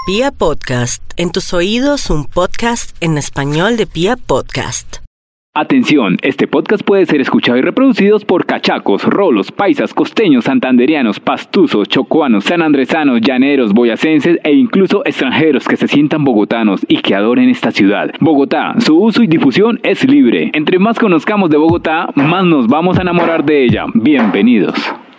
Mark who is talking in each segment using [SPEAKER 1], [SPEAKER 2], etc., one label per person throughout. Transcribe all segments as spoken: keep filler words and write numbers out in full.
[SPEAKER 1] Pia Podcast, en tus oídos un podcast en español de Pia Podcast.
[SPEAKER 2] Atención, este podcast puede ser escuchado y reproducido por cachacos, rolos, paisas, costeños, santanderianos, pastuzos, chocuanos, sanandresanos, llaneros, boyacenses e incluso extranjeros que se sientan bogotanos y que adoren esta ciudad. Bogotá, su uso y difusión es libre. Entre más conozcamos de Bogotá, más nos vamos a enamorar de ella. Bienvenidos.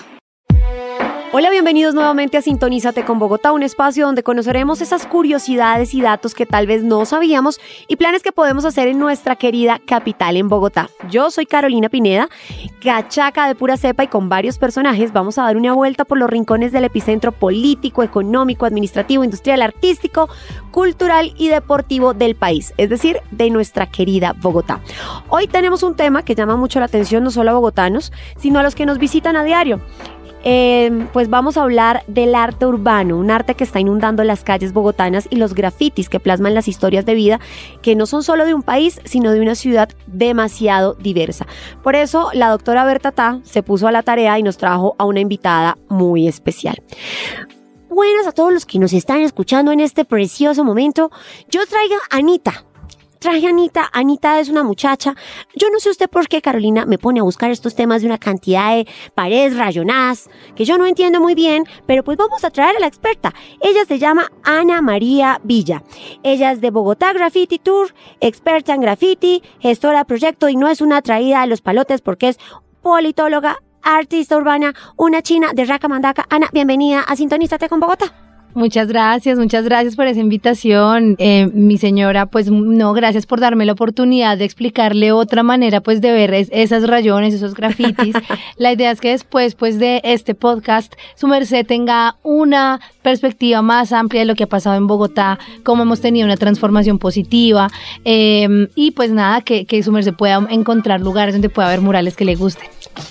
[SPEAKER 3] Hola, bienvenidos nuevamente a Sintonízate con Bogotá, un espacio donde conoceremos esas curiosidades y datos que tal vez no sabíamos y planes que podemos hacer en nuestra querida capital en Bogotá. Yo soy Carolina Pineda, cachaca de pura cepa, y con varios personajes vamos a dar una vuelta por los rincones del epicentro político, económico, administrativo, industrial, artístico, cultural y deportivo del país, es decir, de nuestra querida Bogotá. Hoy tenemos un tema que llama mucho la atención no solo a bogotanos, sino a los que nos visitan a diario. Eh, pues vamos a hablar del arte urbano, un arte que está inundando las calles bogotanas, y los grafitis que plasman las historias de vida que no son solo de un país, sino de una ciudad demasiado diversa. Por eso la doctora Berta Ta se puso a la tarea y nos trajo a una invitada muy especial. Buenas a todos los que nos están escuchando en este precioso momento. Yo traigo a Anita. Traje a Anita. Anita es una muchacha. Yo no sé usted por qué Carolina me pone a buscar estos temas de una cantidad de paredes rayonadas que yo no entiendo muy bien, pero pues vamos a traer a la experta. Ella se llama Ana María Villa. Ella es de Bogotá Graffiti Tour, experta en graffiti, gestora de proyecto, y no es una traída a los palotes porque es politóloga, artista urbana, una china de Raca Mandaca. Ana, bienvenida a Sintonízate con Bogotá.
[SPEAKER 4] Muchas gracias, muchas gracias por esa invitación, eh, mi señora. Pues no, gracias por darme la oportunidad de explicarle otra manera pues de ver es, esas rayones, esos grafitis. La idea es que después pues de este podcast su merced tenga una perspectiva más amplia de lo que ha pasado en Bogotá, cómo hemos tenido una transformación positiva, eh, y pues nada, que, que su merced pueda encontrar lugares donde pueda haber murales que le gusten.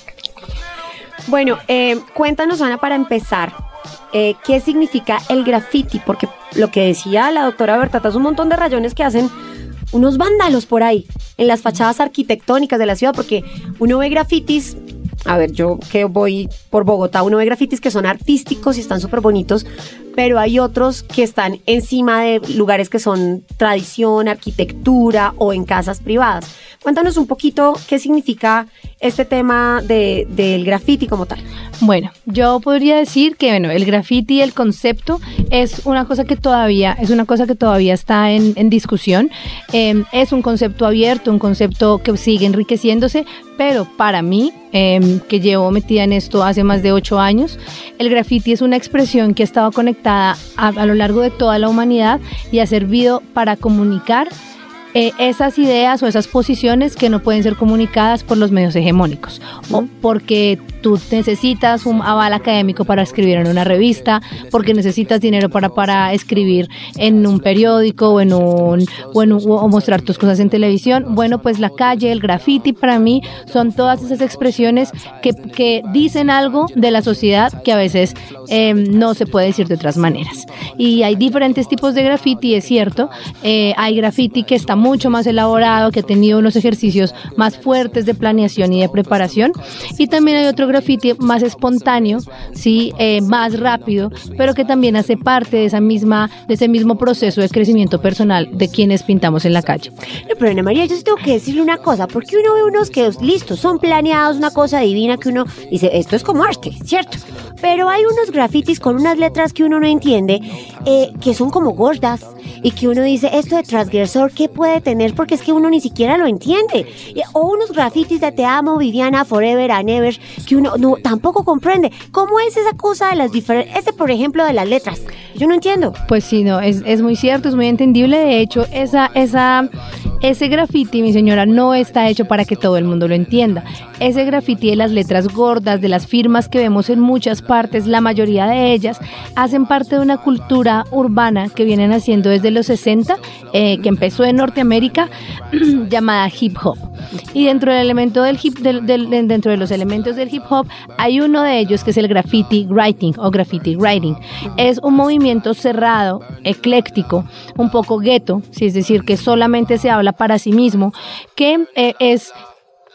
[SPEAKER 3] Bueno, eh, cuéntanos, Ana, para empezar, Eh, ¿qué significa el graffiti? Porque lo que decía la doctora Bertata es un montón de rayones que hacen unos vándalos por ahí en las fachadas arquitectónicas de la ciudad, porque uno ve grafitis, a ver, yo que voy por Bogotá, uno ve grafitis que son artísticos y están súper bonitos, pero hay otros que están encima de lugares que son tradición, arquitectura o en casas privadas. Cuéntanos un poquito qué significa este tema de, del graffiti como tal.
[SPEAKER 4] Bueno, yo podría decir que bueno, el graffiti, el concepto, es una cosa que todavía, es una cosa que todavía está en, en discusión. Eh, es un concepto abierto, un concepto que sigue enriqueciéndose, pero para mí, eh, que llevo metida en esto hace más de ocho años, el graffiti es una expresión que ha estado conectada a, a lo largo de toda la humanidad y ha servido para comunicar Eh, esas ideas o esas posiciones que no pueden ser comunicadas por los medios hegemónicos, o porque tú necesitas un aval académico para escribir en una revista, porque necesitas dinero para, para escribir en un periódico o, en un, o, en un, o mostrar tus cosas en televisión. Bueno, pues la calle, el graffiti para mí son todas esas expresiones que, que dicen algo de la sociedad que a veces eh, no se puede decir de otras maneras. Y hay diferentes tipos de graffiti, es cierto. Eh, hay graffiti que está mucho más elaborado, que ha tenido unos ejercicios más fuertes de planeación y de preparación, y también hay otro graffiti más espontáneo, sí, eh, más rápido, pero que también hace parte de esa misma, de ese mismo proceso de crecimiento personal de quienes pintamos en la calle.
[SPEAKER 3] No, pero Ana María, yo sí tengo que decirle una cosa, porque uno ve unos que listos, son planeados, una cosa divina que uno dice, esto es como arte, ¿cierto? Pero hay unos grafitis con unas letras que uno no entiende, eh, que son como gordas, y que uno dice, esto de transgresor, ¿qué puede tener? Porque es que uno ni siquiera lo entiende. O unos grafitis de te amo, Viviana, forever and ever, que uno no, tampoco comprende. ¿Cómo es esa cosa de las diferentes, ese por ejemplo de las letras? Yo no entiendo.
[SPEAKER 4] Pues sí, no, es, es muy cierto, es muy entendible. De hecho, esa, esa, ese graffiti, mi señora, no está hecho para que todo el mundo lo entienda. Ese graffiti de las letras gordas, de las firmas que vemos en muchas partes, la mayoría de ellas hacen parte de una cultura urbana que vienen haciendo desde los sesenta, eh, que empezó en Norteamérica, llamada hip hop. Y dentro del elemento del hip, del, del, dentro de los elementos del hip hop hay uno de ellos que es el graffiti writing o graffiti writing. Es un movimiento cerrado, ecléctico, un poco gueto, ¿sí? Es decir, que solamente se habla para sí mismo, que eh, es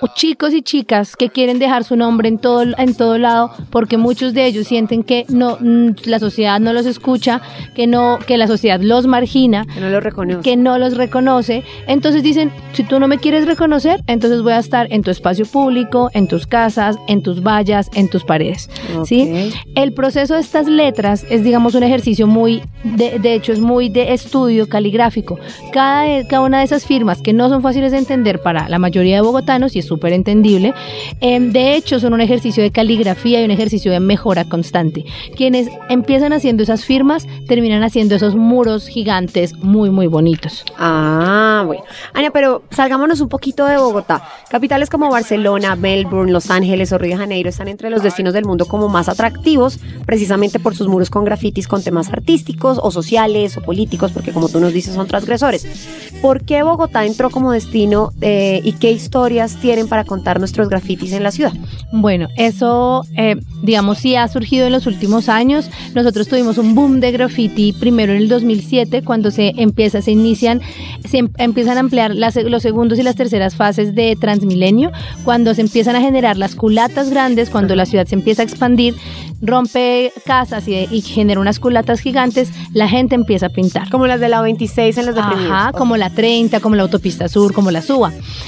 [SPEAKER 4] chicos y chicas que quieren dejar su nombre en todo, en todo lado, porque muchos de ellos sienten que no, la sociedad no los escucha, que no, que la sociedad los margina,
[SPEAKER 3] que no los reconoce,
[SPEAKER 4] que no los reconoce. Entonces dicen, si tú no me quieres reconocer, entonces voy a estar en tu espacio público, en tus casas, en tus vallas, en tus paredes. Okay. ¿Sí? El proceso de estas letras es, digamos, un ejercicio muy, de, de hecho, es muy de estudio caligráfico. Cada, cada una de esas firmas, que no son fáciles de entender para la mayoría de bogotanos, y es súper entendible, eh, de hecho, son un ejercicio de caligrafía y un ejercicio de mejora constante. Quienes empiezan haciendo esas firmas, terminan haciendo esos muros gigantes muy, muy bonitos.
[SPEAKER 3] Ah, bueno. Ana, pero salgámonos un poquito de Bogotá. Capitales como Barcelona, Melbourne, Los Ángeles o Río de Janeiro están entre los destinos del mundo como más atractivos, precisamente por sus muros con grafitis con temas artísticos o sociales o políticos, porque como tú nos dices son transgresores. ¿Por qué Bogotá entró como destino eh, y qué historias tienen para contar nuestros grafitis en la ciudad?
[SPEAKER 4] Bueno, eso, eh, digamos, sí ha surgido en los últimos años. Nosotros tuvimos un boom de graffiti primero en el dos mil siete, cuando se empieza, se inician, se em, empiezan a ampliar las, los segundos y las terceras fases de Transmilenio, cuando se empiezan a generar las culatas grandes, cuando la ciudad se empieza a expandir, rompe casas y, y genera unas culatas gigantes, la gente empieza a pintar.
[SPEAKER 3] Como las de la veintiséis en las deprimidas.
[SPEAKER 4] Ajá, oh. Como la treinta, como la autopista sur, como la SUA.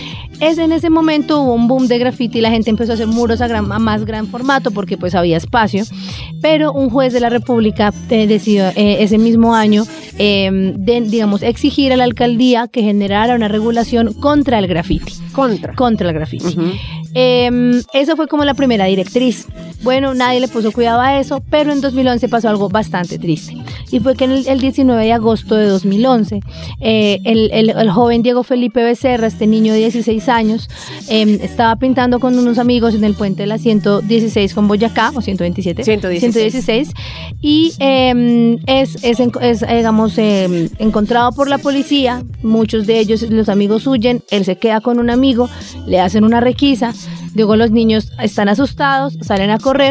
[SPEAKER 4] Es en ese momento hubo un boom de graffiti y la gente empezó a hacer muros a, gran, a más gran formato porque pues había espacio, pero un juez de la República eh, decidió eh, ese mismo año eh, de, digamos, exigir a la alcaldía que generara una regulación contra el graffiti.
[SPEAKER 3] Contra.
[SPEAKER 4] Contra el graffiti.
[SPEAKER 3] Uh-huh.
[SPEAKER 4] Eh, eso fue como la primera directriz. Bueno, nadie le puso cuidado a eso, pero en dos mil once pasó algo bastante triste. Y fue que en el, el diecinueve de agosto de dos mil once, eh, el, el, el joven Diego Felipe Becerra, este niño de dieciséis años, eh, estaba pintando con unos amigos en el puente de la ciento dieciséis con Boyacá, o ciento veintisiete.
[SPEAKER 3] ciento dieciséis.
[SPEAKER 4] ciento dieciséis. Y eh, es, es, es, digamos, eh, encontrado por la policía. Muchos de ellos, los amigos huyen. Él se queda con un amigo, le hacen una requisa. Luego los niños están asustados, salen a correr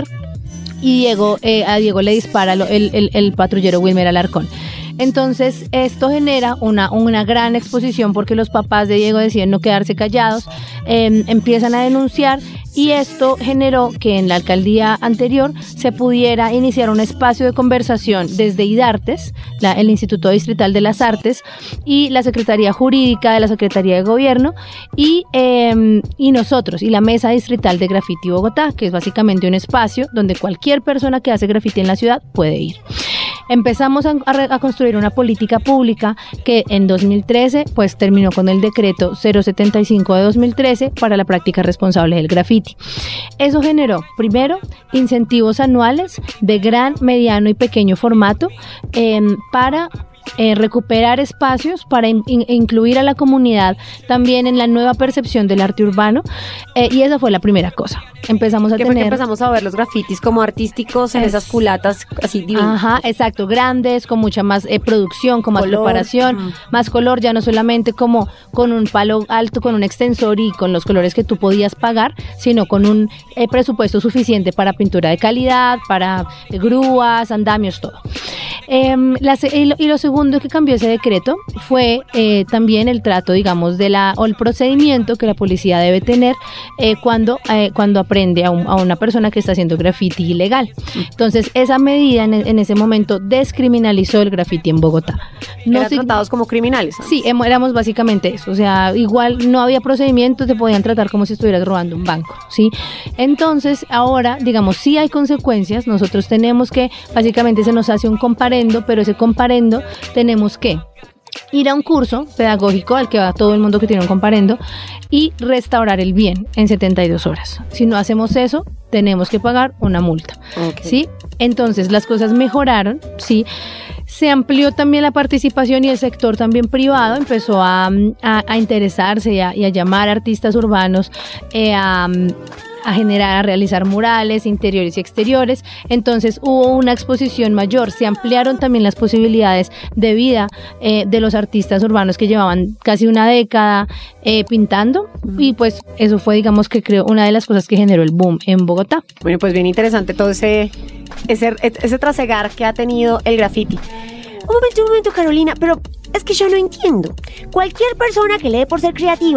[SPEAKER 4] y Diego, eh, a Diego le dispara el, el, el patrullero Wilmer Alarcón. Entonces esto genera una, una gran exposición porque los papás de Diego deciden no quedarse callados, eh, empiezan a denunciar y esto generó que en la alcaldía anterior se pudiera iniciar un espacio de conversación desde IDARTES, la, el Instituto Distrital de las Artes, y la Secretaría Jurídica de la Secretaría de Gobierno y, eh, y nosotros, y la Mesa Distrital de Graffiti Bogotá, que es básicamente un espacio donde cualquier persona que hace graffiti en la ciudad puede ir. Empezamos a, a, a construir una política pública que en dos mil trece pues terminó con el decreto cero setenta y cinco de dos mil trece para la práctica responsable del graffiti. Eso generó, primero, incentivos anuales de gran, mediano y pequeño formato eh, para Eh, recuperar espacios para in, in, incluir a la comunidad también en la nueva percepción del arte urbano eh, y esa fue la primera cosa. Empezamos a
[SPEAKER 3] que
[SPEAKER 4] tener...
[SPEAKER 3] fue que empezamos a ver los grafitis como artísticos en es... esas culatas así divinas.
[SPEAKER 4] Ajá, exacto, grandes, con mucha más eh, producción, con más color. preparación, mm. más color, ya no solamente como con un palo alto, con un extensor y con los colores que tú podías pagar, sino con un eh, presupuesto suficiente para pintura de calidad, para eh, grúas, andamios, todo. Eh, la, y, lo, y lo segundo que cambió ese decreto fue eh, también el trato, digamos, de la o el procedimiento que la policía debe tener eh, cuando, eh, cuando aprende a, un, a una persona que está haciendo graffiti ilegal. Entonces, esa medida en, en ese momento descriminalizó el graffiti en Bogotá.
[SPEAKER 3] No Eran si, tratados como criminales.
[SPEAKER 4] Sí, éramos básicamente eso. O sea, igual no había procedimiento, te podían tratar como si estuvieras robando un banco, ¿sí? Entonces, ahora, digamos, sí hay consecuencias. Nosotros tenemos que, básicamente se nos hace un comparendo, pero ese comparendo tenemos que ir a un curso pedagógico al que va todo el mundo que tiene un comparendo y restaurar el bien en setenta y dos horas. Si no hacemos eso, tenemos que pagar una multa. Okay. ¿Sí? Entonces, las cosas mejoraron, ¿sí? Se amplió también la participación y el sector también privado empezó a, a, a interesarse y a, y a llamar a artistas urbanos eh, a... a generar, a realizar murales interiores y exteriores. Entonces hubo una exposición mayor, se ampliaron también las posibilidades de vida eh, de los artistas urbanos que llevaban casi una década eh, pintando y pues eso fue, digamos, que creo una de las cosas que generó el boom en Bogotá.
[SPEAKER 3] Bueno, pues bien interesante todo ese ese, ese trasegar que ha tenido el graffiti. Un momento, un momento, Carolina, pero es que yo no entiendo. Cualquier persona que lee por ser creativa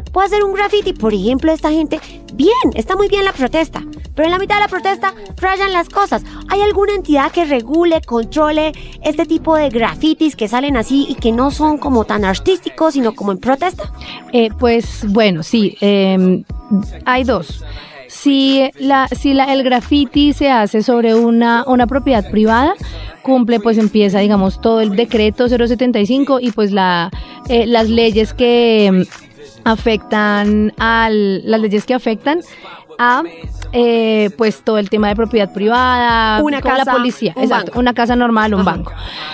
[SPEAKER 3] puedo hacer un graffiti. Por ejemplo, esta gente, bien, está muy bien la protesta, pero en la mitad de la protesta rayan las cosas. ¿Hay alguna entidad que regule, controle este tipo de grafitis que salen así y que no son como tan artísticos, sino como en protesta?
[SPEAKER 4] Eh, pues bueno, sí, eh, hay dos. Si, la, si la, el graffiti se hace sobre una, una propiedad privada, cumple, pues empieza, digamos, todo el decreto cero setenta y cinco y pues la, eh, las leyes que afectan al, las leyes que afectan a eh, pues todo el tema de propiedad privada,
[SPEAKER 3] una
[SPEAKER 4] con
[SPEAKER 3] casa,
[SPEAKER 4] la policía,
[SPEAKER 3] un
[SPEAKER 4] exacto,
[SPEAKER 3] banco.
[SPEAKER 4] Una casa normal, un
[SPEAKER 3] Ajá.
[SPEAKER 4] banco.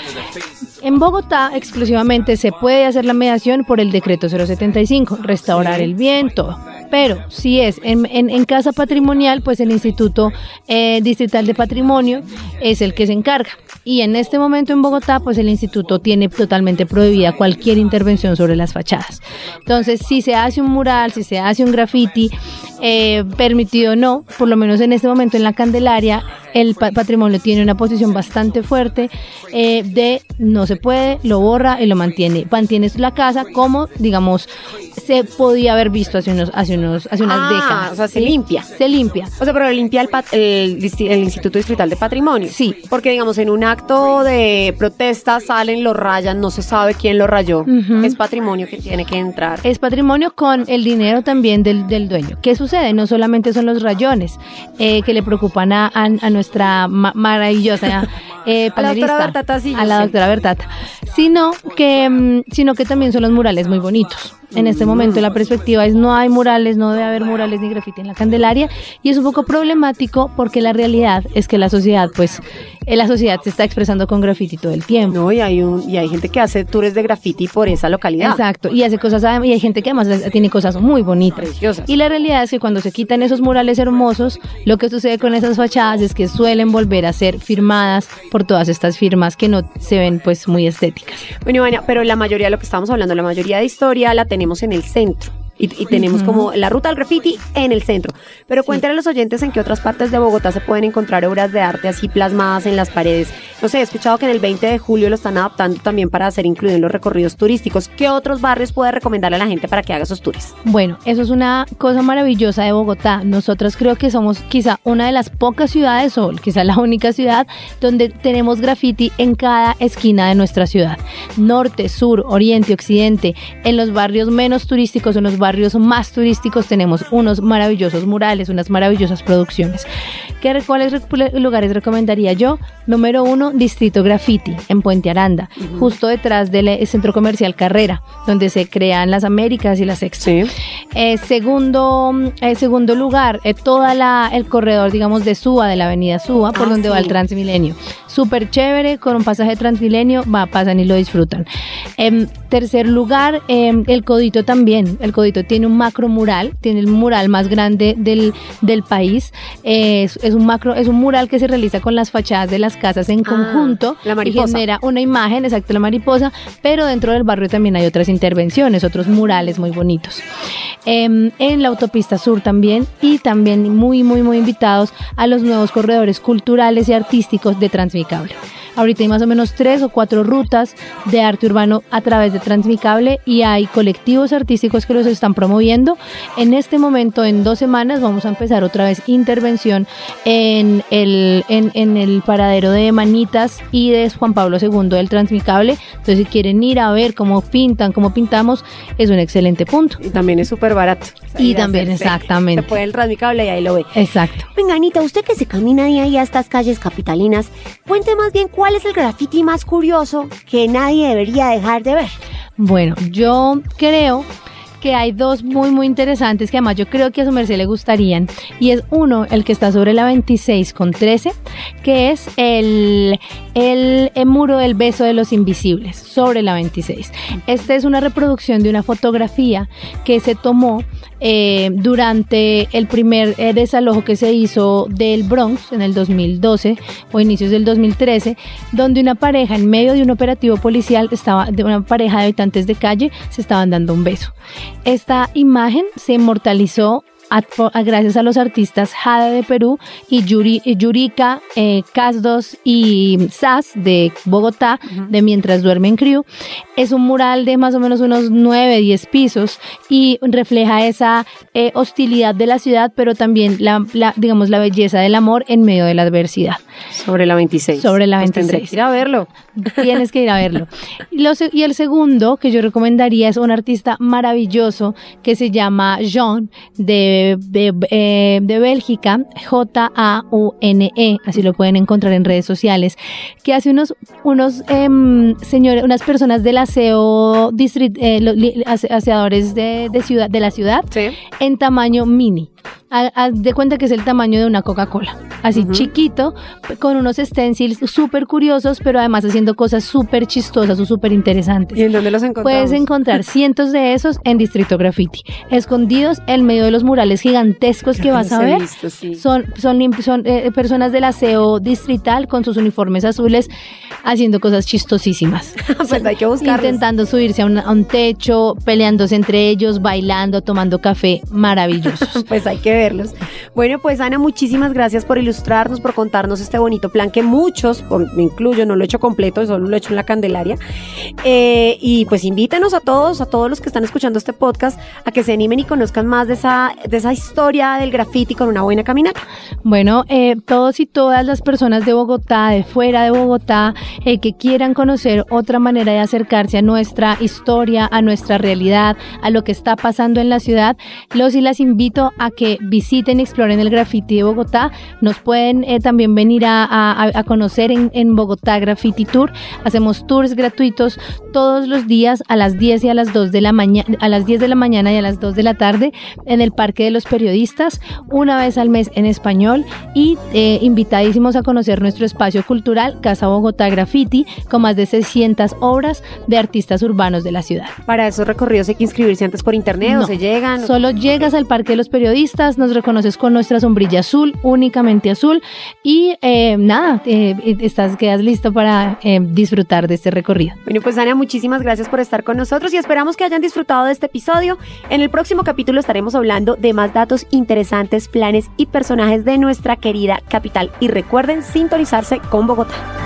[SPEAKER 4] En Bogotá exclusivamente se puede hacer la mediación por el decreto cero setenta y cinco, restaurar el bien, todo. Pero si es en, en, en casa patrimonial, pues el Instituto eh, Distrital de Patrimonio es el que se encarga. Y en este momento en Bogotá, pues el instituto tiene totalmente prohibida cualquier intervención sobre las fachadas. Entonces, si se hace un mural, si se hace un graffiti, eh, permitido o no, por lo menos en este momento en la Candelaria, el pa- patrimonio tiene una posición bastante fuerte eh, de no se puede, lo borra y lo mantiene. Mantiene la casa como, digamos, se podía haber visto hace unos, hace unos, hace unas
[SPEAKER 3] Ah,
[SPEAKER 4] décadas.
[SPEAKER 3] o sea, se
[SPEAKER 4] ¿sí?
[SPEAKER 3] limpia.
[SPEAKER 4] Se limpia.
[SPEAKER 3] O sea, pero limpia el, pat- el, disti- el Instituto Distrital de Patrimonio.
[SPEAKER 4] Sí.
[SPEAKER 3] Porque, digamos, en un acto de protesta salen, lo rayan, no se sabe quién lo rayó.
[SPEAKER 4] Ujú.
[SPEAKER 3] Es patrimonio que tiene que entrar.
[SPEAKER 4] Es patrimonio con el dinero también del, del dueño. ¿Qué sucede? No solamente son los rayones eh, que le preocupan a, a, a nuestra ma- maravillosa eh,
[SPEAKER 3] A la doctora
[SPEAKER 4] panelista,
[SPEAKER 3] Bertata, sí,
[SPEAKER 4] a
[SPEAKER 3] yo
[SPEAKER 4] la
[SPEAKER 3] sé.
[SPEAKER 4] doctora Bertata, sino que, mm, sino que también son los murales muy bonitos. En este momento la perspectiva es no hay murales, no debe haber murales ni grafiti en la Candelaria y es un poco problemático porque la realidad es que la sociedad, pues, eh, la sociedad se está expresando con grafiti todo el tiempo.
[SPEAKER 3] No, y hay, un, y hay gente que hace tours de graffiti por esa localidad.
[SPEAKER 4] Exacto, y hace cosas, y hay gente que además tiene cosas muy bonitas.
[SPEAKER 3] Preciosas.
[SPEAKER 4] Y la realidad es que cuando se quitan esos murales hermosos, lo que sucede con esas fachadas es que suelen volver a ser firmadas por todas estas firmas que no se ven pues muy estéticas.
[SPEAKER 3] Bueno, Ivana, pero la mayoría de lo que estamos hablando, la mayoría de historia la tenemos en el centro. Y, y tenemos
[SPEAKER 4] Ujú.
[SPEAKER 3] como la ruta del graffiti en el centro. Pero cuéntenle a los oyentes en qué otras partes de Bogotá se pueden encontrar obras de arte así plasmadas en las paredes. No sé, he escuchado que en el veinte de julio lo están adaptando también para ser incluido en los recorridos turísticos. ¿Qué otros barrios puede recomendarle a la gente para que haga esos tours?
[SPEAKER 4] Bueno, eso es una cosa maravillosa de Bogotá. Nosotros creo que somos quizá una de las pocas ciudades, o quizá la única ciudad, donde tenemos graffiti en cada esquina de nuestra ciudad. Norte, sur, oriente, occidente. En los barrios menos turísticos, en los barrios más turísticos, tenemos unos maravillosos murales, unas maravillosas producciones. ¿Qué, ¿Cuáles re- lugares recomendaría yo? Número uno, Distrito Graffiti, en Puente Aranda, uh-huh. justo detrás del eh, Centro Comercial Carrera, donde se crean las Américas y las Expo.
[SPEAKER 3] Sí.
[SPEAKER 4] Eh, segundo, eh, segundo lugar, eh, toda la el corredor, digamos, de Suba, de la avenida Suba, por
[SPEAKER 3] Ah,
[SPEAKER 4] donde
[SPEAKER 3] sí.
[SPEAKER 4] va el Transmilenio. Súper chévere, con un pasaje de Transmilenio, va, pasan y lo disfrutan. En tercer lugar, eh, el Codito también. El Codito tiene un macro mural, tiene el mural más grande del, del país. Eh, es, es un macro, es un mural que se realiza con las fachadas de las casas en
[SPEAKER 3] Ah,
[SPEAKER 4] conjunto.
[SPEAKER 3] la
[SPEAKER 4] Y
[SPEAKER 3] mariposa.
[SPEAKER 4] genera una imagen, exacto, la mariposa, pero dentro del barrio también hay otras intervenciones, otros murales muy bonitos. Eh, en la autopista sur también, y también muy, muy, muy invitados a los nuevos corredores culturales y artísticos de Transmicable. Ahorita hay más o menos tres o cuatro rutas de arte urbano a través de Transmicable y hay colectivos artísticos que los están promoviendo. En este momento, en dos semanas, vamos a empezar otra vez intervención en el, en, en el paradero de Manitas y de Juan Pablo segundo del Transmicable. Entonces, si quieren ir a ver cómo pintan, cómo pintamos, es un excelente punto.
[SPEAKER 3] Y también es súper barato.
[SPEAKER 4] Y
[SPEAKER 3] Ir a
[SPEAKER 4] también,
[SPEAKER 3] hacerse.
[SPEAKER 4] exactamente.
[SPEAKER 3] Se puede el Transmicable y ahí lo ve.
[SPEAKER 4] Exacto.
[SPEAKER 3] Venga, Anita, usted que se camina de ahí a estas calles capitalinas, cuente más bien cuál es el graffiti más curioso que nadie debería dejar de ver.
[SPEAKER 4] Bueno, yo creo que hay dos muy muy interesantes que además yo creo que a su merced le gustarían, y es uno, el que está sobre la veintiséis con trece, que es el, el, el muro del beso de los invisibles sobre la veintiséis. Esta es una reproducción de una fotografía que se tomó eh, durante el primer eh, desalojo que se hizo del Bronx en el dos mil doce o inicios del dos mil trece, donde una pareja en medio de un operativo policial, estaba de una pareja de habitantes de calle, se estaban dando un beso. Esta imagen se inmortalizó a, a, gracias a los artistas Jade de Perú y Yuri, Yurika, eh, Casdos y Sas de Bogotá, uh-huh. de Mientras Duermen Crew. Es un mural de más o menos unos nueve, diez pisos y refleja esa eh, hostilidad de la ciudad, pero también la, la, digamos, la belleza del amor en medio de la adversidad.
[SPEAKER 3] Sobre la veintiséis.
[SPEAKER 4] Sobre la veintiséis.
[SPEAKER 3] Pues tendré que ir a verlo.
[SPEAKER 4] Tienes que ir a verlo. Y, los, y el segundo que yo recomendaría es un artista maravilloso que se llama Jean de, de, de, de Bélgica, J A U N E, así lo pueden encontrar en redes sociales, que hace unos, unos eh, señores, unas personas del aseo, distrit, eh, aseadores de, de, ciudad, de la ciudad, sí. en tamaño mini. Haz de cuenta que es el tamaño de una Coca-Cola, así uh-huh. chiquito, con unos stencils súper curiosos, pero además haciendo cosas súper chistosas o súper interesantes.
[SPEAKER 3] ¿Y en dónde los encontramos?
[SPEAKER 4] Puedes encontrar cientos de esos en Distrito Graffiti, escondidos en medio de los murales gigantescos que vas a ver. Visto, sí. Son, son, son eh, personas del aseo distrital con sus uniformes azules haciendo cosas chistosísimas.
[SPEAKER 3] Pues hay que buscarlos.
[SPEAKER 4] Intentando subirse a un, a un techo, peleándose entre ellos, bailando, tomando café, maravillosos.
[SPEAKER 3] Pues hay que verlos. Bueno, pues Ana, muchísimas gracias por ilustrarnos, por contarnos este bonito plan que muchos, por, me incluyo, no lo he hecho completo, solo lo he hecho en la Candelaria. Eh, y pues invítenos a todos, a todos los que están escuchando este podcast, a que se animen y conozcan más de esa, de esa historia del graffiti con una buena caminata.
[SPEAKER 4] Bueno, eh, todos y todas las personas de Bogotá, de fuera de Bogotá, eh, que quieran conocer otra manera de acercarse a nuestra historia, a nuestra realidad, a lo que está pasando en la ciudad, los y las invito a que visiten y exploren el graffiti de Bogotá. Nos pueden eh, también venir a, a, a conocer en, en Bogotá Graffiti Tour. Hacemos tours gratuitos todos los días a las diez y a las dos de la mañana, a las diez de la mañana y a las dos de la tarde en el Parque de los Periodistas, una vez al mes en español, y eh, invitadísimos a conocer nuestro espacio cultural Casa Bogotá Graffiti, con más de seiscientas obras de artistas urbanos de la ciudad.
[SPEAKER 3] Para esos recorridos hay que inscribirse antes por internet no, o se llegan.
[SPEAKER 4] Solo llegas okay. al Parque de los Periodistas, nos reconoces con nuestra sombrilla azul, únicamente azul, y eh, nada, eh, estás, quedas listo para eh, disfrutar de este recorrido.
[SPEAKER 3] Bueno, pues Ana, muchísimas gracias por estar con nosotros y esperamos que hayan disfrutado de este episodio. En el próximo capítulo estaremos hablando de más datos interesantes, planes y personajes de nuestra querida capital. Y recuerden sintonizarse con Bogotá.